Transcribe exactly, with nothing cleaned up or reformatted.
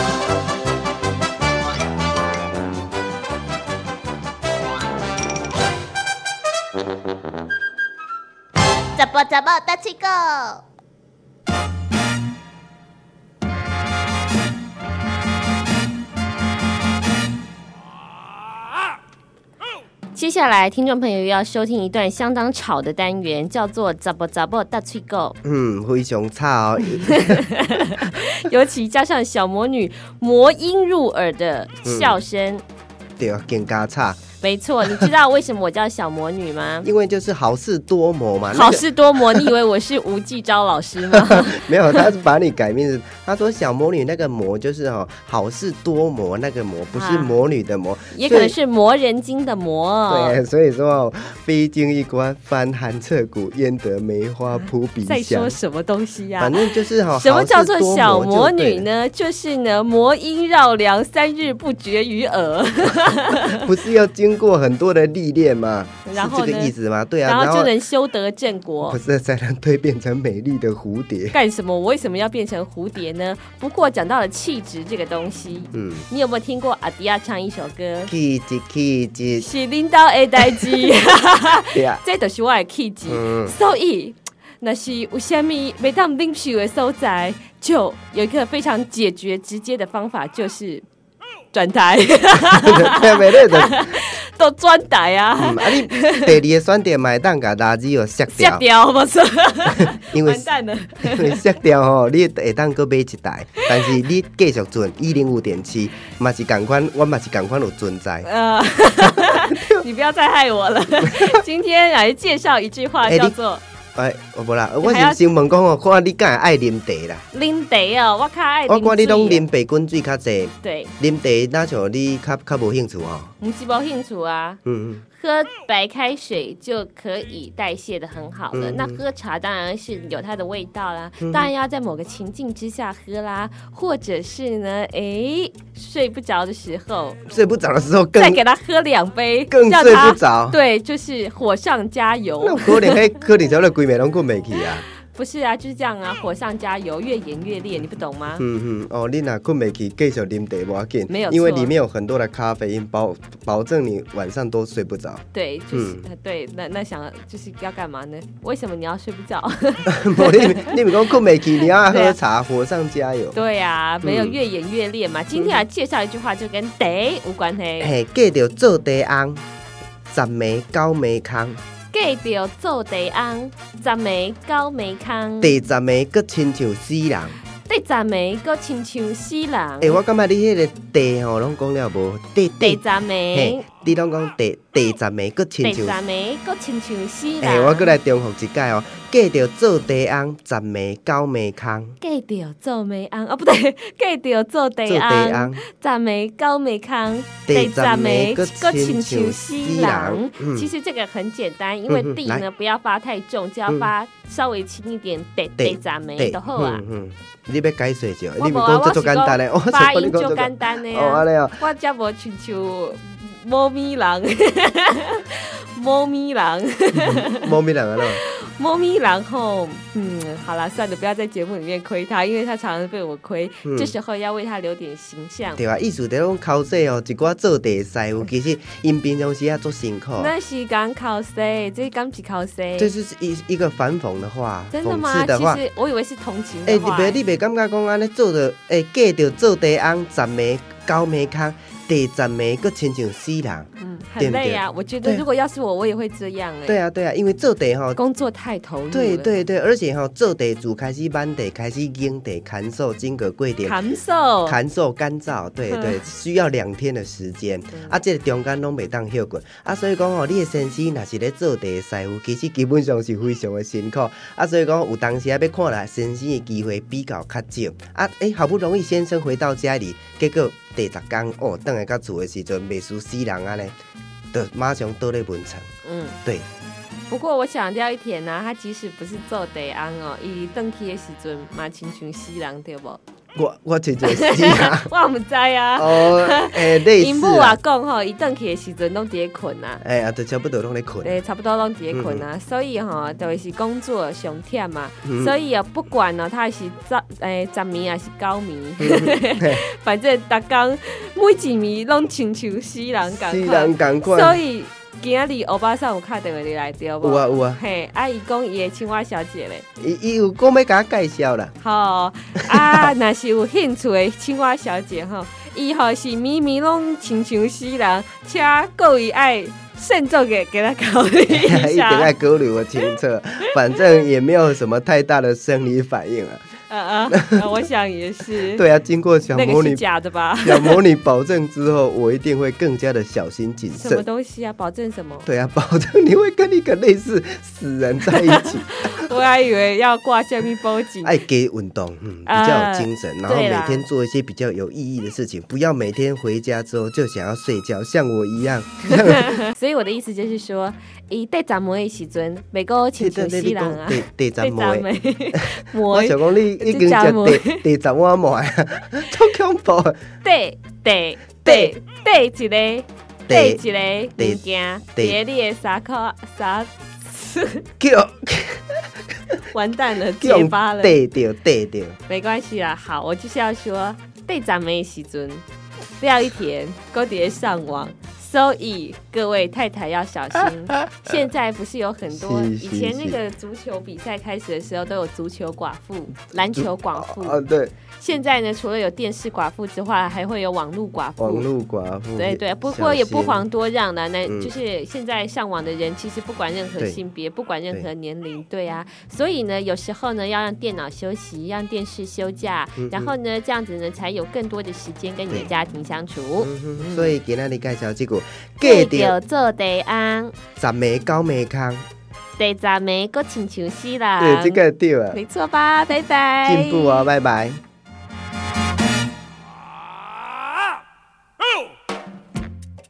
怎么怎么大七狗？接下来，听众朋友要收听一段相当吵的单元，叫做“怎么怎么大吹狗”。 嗯，非常吵， 尤其加上小魔女魔音入耳的笑声， 嗯、对，更加吵。 没错，你知道为什么我叫小魔女吗？ 因为就是好事多磨嘛。 好事多磨，你以为我是吴继昭老师吗？ 没有，他是把你改名字。他说小魔女那个魔就是哦，好事多磨那个魔，不是魔女的魔，啊、 也可能是魔人精的魔。 对，所以说哦，非经一关，翻寒彻骨，焉得梅花扑鼻香。 在说什么东西呀、啊？ 反正就是哈、哦， 什么叫做小魔女呢？就, 就是呢，魔音绕梁，三日不绝于耳。 不是要经过很多的历练嘛， 然后是这个意思吗？对啊， 然后就能修得正果， 不是才能蜕变成美丽的蝴蝶。 干什么？我为什么要变成蝴蝶呢？不过讲到了气质这个东西，嗯，你有没有听过阿迪亚唱一首歌？ 气质，气质是领导的代志， 对啊， 这就是我的气质。嗯、所以，那是有什么没当领袖的所在，就有一个非常解决直接的方法，就是转台。 对，没得的。 都转台啊！ 嗯，啊你第二个选择买当甲垃圾哦削掉， 削掉不是？ 因为完蛋了， 因为削掉吼，你会当搁买一台，但是你继续存一零五点七，嘛是同款，我嘛是同款有存在。呃， 你不要再害我了。今天来介绍一句话，叫做。 哎，我无啦，我是先问讲哦，看你敢会爱啉茶啦？ 啉茶哦，我较爱啉水。 我看你拢啉白滚水较济。 对， 啉茶哪像你较较无兴趣哦？ 不是无兴趣啊。嗯嗯。喝白开水就可以代谢的很好了，嗯、那喝茶当然是有它的味道啦，嗯、当然要在某个情境之下喝啦，或者是呢，哎，睡不着的时候， 睡不着的时候更再给他喝两杯， 更睡不着。 对，就是火上加油。 那可能迄可能叫你规暝拢困袂去啊。 不是啊，就是这样啊，火上加油，越演越烈，你不懂吗？ 嗯嗯，哦，你若困不起，继续啉茶不要紧， 没有错， 因为里面有很多的咖啡因，保保证你晚上都睡不着。 对，就是、嗯、对，那那想就是要干嘛呢？为什么你要睡不着？ 你你不讲困不起，你要喝茶，火上加油。 对啊，没有越演越烈嘛。嗯、今天来介绍一句话，就跟茶无关系。 嘿，记得做茶翁，十暝九暝空。 记着做茶翁，十暝九暝空。 第十暝阁亲像死人。 第十暝阁亲像死人。 哎、欸，我感觉你迄个地吼，拢讲了无？第第十暝， 你拢讲第第十暝阁亲像。 第十暝阁亲像死人。 哎、欸，我阁来重复一解哦，记着做茶翁，十暝九暝空。 记着做茶翁，哦不对，记着做茶翁，十暝九暝空。第十暝阁亲像死人。嗯、其实这个很简单，因为地呢、嗯、不要发太重，就要发稍微轻一点，第第十暝就好啊。 嗯嗯你要解释就，你唔讲这做简单的， 发音就简单的啊。哦，安尼啊， 我才无亲像猫咪人，猫咪人， 猫咪人啊喏。 猫咪然后嗯，好啦，算了，不要在节目里面亏他，因为他常常被我亏。嗯、这时候要为他留点形象， 对啊，意思在讲考试哦，一寡做地师傅，其实因平常时啊做辛苦。 那是讲考试，这刚是考试。 这是一一个反讽的话， 真的吗？ 的话其实我以为是同情的话。 哎、欸，你别你别感觉讲安尼做着，哎、欸，记着做茶翁，十暝九暝空。第十暝阁亲像死人， 嗯，很累啊。我觉得如果要是我，我也会这样哎。 对啊，对啊，因为做茶吼， 工作太投入了。 对对对，而且吼做茶自开始挽茶，开始烘茶、砍手，经过过程， 砍手、 砍手干燥，对对，需要两天的时间。啊，这个中间拢袂当休困啊，所以讲吼，你的先生若是咧做茶的师傅，其实基本上是非常的辛苦啊。所以讲有当时啊要看来先生的机会比较较少啊。哎、欸，好不容易先生回到家里，结果第十天哦，回来到厝的时阵。袂输死人啊嘞，就马上倒咧文场。嗯，对。 不过我强调一点啊，他即使不是做茶翁哦，伊回去的时阵嘛亲像死人对不？ 我我真就死啊！ 我唔知啊。 哦，诶、欸，类似。 因母啊讲吼，伊转去的时阵拢伫咧困啊。 哎呀，就差不多拢咧困。 对，差不多拢伫咧困啊。嗯、所以吼，就是工作上忝嘛。嗯、所以啊，不管呢、喔，他是早诶十暝还是九暝，嗯、反正逐工每一暝拢亲像死人共款。死人共款。所以。今仔日欧巴桑有打电话入来对无？ 有啊有啊。 嘿，啊伊讲伊的青蛙小姐咧， 伊伊有讲要甲我介绍啦。 好啊，若是有兴趣的青蛙小姐吼，伊吼是暝暝拢亲像死人，且各位爱慎重给给他考虑一下。 一定要考虑我清楚，反正也没有什么太大的生理反应啊。 呃呃，我想也是。 对啊，经过小魔女假的吧？ 小魔女保证之后，我一定会更加的小心谨慎。 什么东西啊？保证什么？ 对啊，保证你会跟一个类似死人在一起。 我还以为要挂下面报警。 爱给运动，嗯，比较有精神，呃、然后每天做一些比较有意义的事情，不要每天回家之后就想要睡觉，像我一样。 所以我的意思就是说，伊第十暝的时阵，袂过亲像死人啊。 第第十暝， 我想讲你已经食第第十碗糜啊，超恐怖。 第第第第一个第一个物件，伫你的衫裤衫。 叫完蛋了，结巴了， 对掉对掉， 没关系啦。好，我就是要说，第十暝的时阵，廖一田搁伫咧上网。所以各位太太要小心，现在不是有很多以前那个足球比赛开始的时候都有足球寡妇、篮球寡妇啊，对。 现在呢，除了有电视寡妇之外，还会有网络寡妇。 网络寡妇， 对对，不过也不遑多让的。那、嗯、就是现在上网的人，其实不管任何性别，不管任何年龄，对啊。所以呢，有时候呢，要让电脑休息，让电视休假，嗯、然后呢，这样子呢，才有更多的时间跟你的家庭相处。 嗯嗯、所以今天你介绍这个。 记得做地安， 十暝九暝空， 第十暝搁亲像死人。 对，这个对啊， 没错吧？拜拜， 进步哦，拜拜。